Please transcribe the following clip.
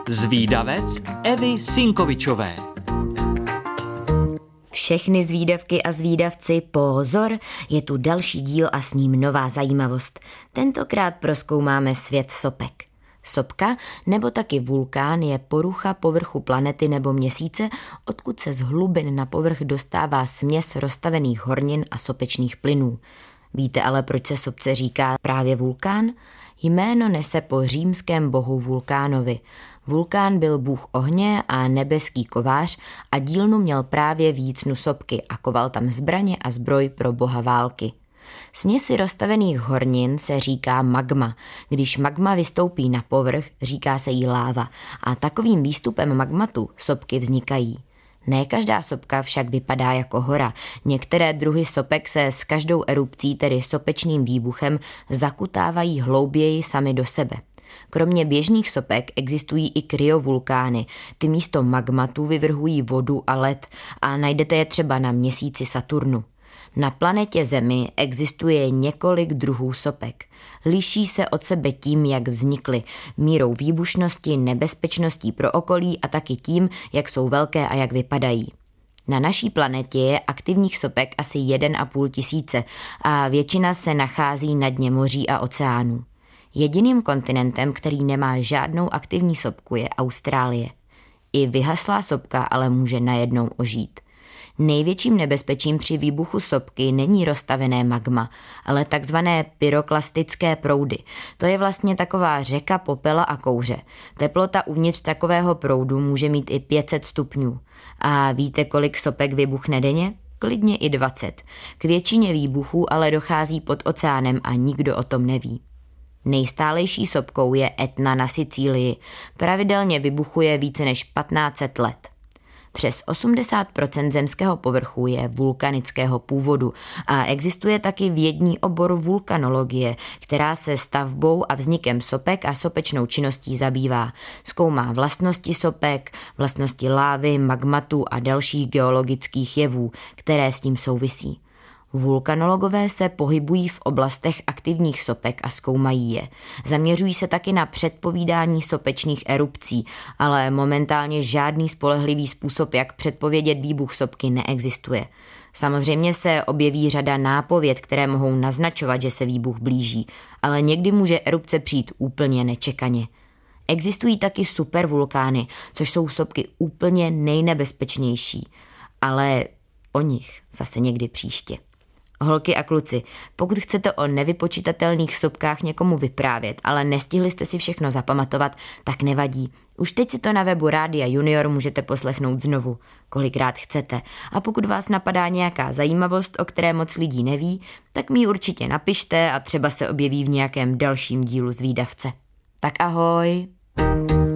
Zvídavec Evy Sinkovičové. Všechny zvídavky a zvídavci, pozor, je tu další díl a s ním nová zajímavost. Tentokrát prozkoumáme svět sopek. Sopka, nebo taky vulkán, je porucha povrchu planety nebo měsíce, odkud se z hlubin na povrch dostává směs roztavených hornin a sopečných plynů. Víte ale, proč se sopce říká právě vulkán? Jméno nese po římském bohu Vulkánovi. Vulkán byl bůh ohně a nebeský kovář a dílnu měl právě v jícnu sopky a koval tam zbraně a zbroj pro boha války. Směsi roztavených hornin se říká magma. Když magma vystoupí na povrch, říká se jí láva a takovým výstupem magmatu sopky vznikají. Ne každá sopka však vypadá jako hora. Některé druhy sopek se s každou erupcí, tedy sopečným výbuchem, zakutávají hlouběji sami do sebe. Kromě běžných sopek existují i kryovulkány. Ty místo magmatu vyvrhují vodu a led a najdete je třeba na měsíci Saturnu. Na planetě Zemi existuje několik druhů sopek. Liší se od sebe tím, jak vznikly, mírou výbušnosti, nebezpečností pro okolí a taky tím, jak jsou velké a jak vypadají. Na naší planetě je aktivních sopek asi 1,5 tisíce a většina se nachází na dně moří a oceánů. Jediným kontinentem, který nemá žádnou aktivní sopku, je Austrálie. I vyhaslá sopka ale může najednou ožít. Největším nebezpečím při výbuchu sopky není roztavené magma, ale takzvané pyroklastické proudy. To je vlastně taková řeka popela a kouře. Teplota uvnitř takového proudu může mít i 500 stupňů. A víte, kolik sopek vybuchne denně? Klidně i 20. K většině výbuchů ale dochází pod oceánem a nikdo o tom neví. Nejstálejší sopkou je Etna na Sicílii. Pravidelně vybuchuje více než 1500 let. Přes 80% zemského povrchu je vulkanického původu a existuje taky vědní obor vulkanologie, která se stavbou a vznikem sopek a sopečnou činností zabývá. Zkoumá vlastnosti sopek, vlastnosti lávy, magmatu a dalších geologických jevů, které s tím souvisí. Vulkanologové se pohybují v oblastech aktivních sopek a zkoumají je. Zaměřují se taky na předpovídání sopečných erupcí, ale momentálně žádný spolehlivý způsob, jak předpovědět výbuch sopky, neexistuje. Samozřejmě se objeví řada nápověd, které mohou naznačovat, že se výbuch blíží, ale někdy může erupce přijít úplně nečekaně. Existují taky supervulkány, což jsou sopky úplně nejnebezpečnější, ale o nich zase někdy příště. Holky a kluci, pokud chcete o nevypočitatelných sopkách někomu vyprávět, ale nestihli jste si všechno zapamatovat, tak nevadí. Už teď si to na webu Rádia Junior můžete poslechnout znovu, kolikrát chcete. A pokud vás napadá nějaká zajímavost, o které moc lidí neví, tak mi ji určitě napište a třeba se objeví v nějakém dalším dílu Zvídavce. Tak ahoj!